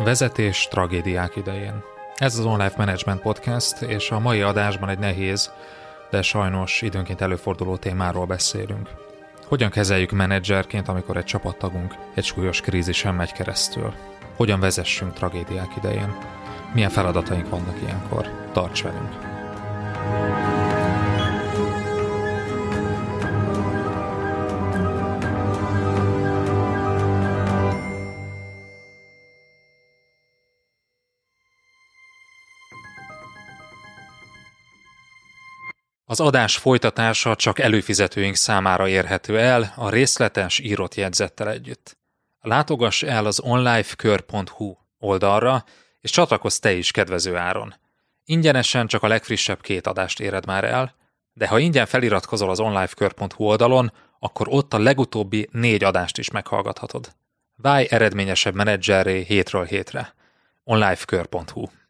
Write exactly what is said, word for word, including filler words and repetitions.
Vezetés tragédiák idején. Ez az OnLife Management Podcast, és a mai adásban egy nehéz, de sajnos időnként előforduló témáról beszélünk. Hogyan kezeljük menedzserként, amikor egy csapattagunk egy súlyos krízisen megy keresztül? Hogyan vezessünk tragédiák idején? Milyen feladataink vannak ilyenkor? Tarts velünk! Az adás folytatása csak előfizetőink számára érhető el a részletes írott jegyzettel együtt. Látogass el az onlifekör pont hu oldalra, és csatlakozz te is kedvező áron. Ingyenesen csak a legfrissebb két adást éred már el, de ha ingyen feliratkozol az onlifekör pont hu oldalon, akkor ott a legutóbbi négy adást is meghallgathatod. Válj eredményesebb menedzserré hétről hétre. onlifekör pont hu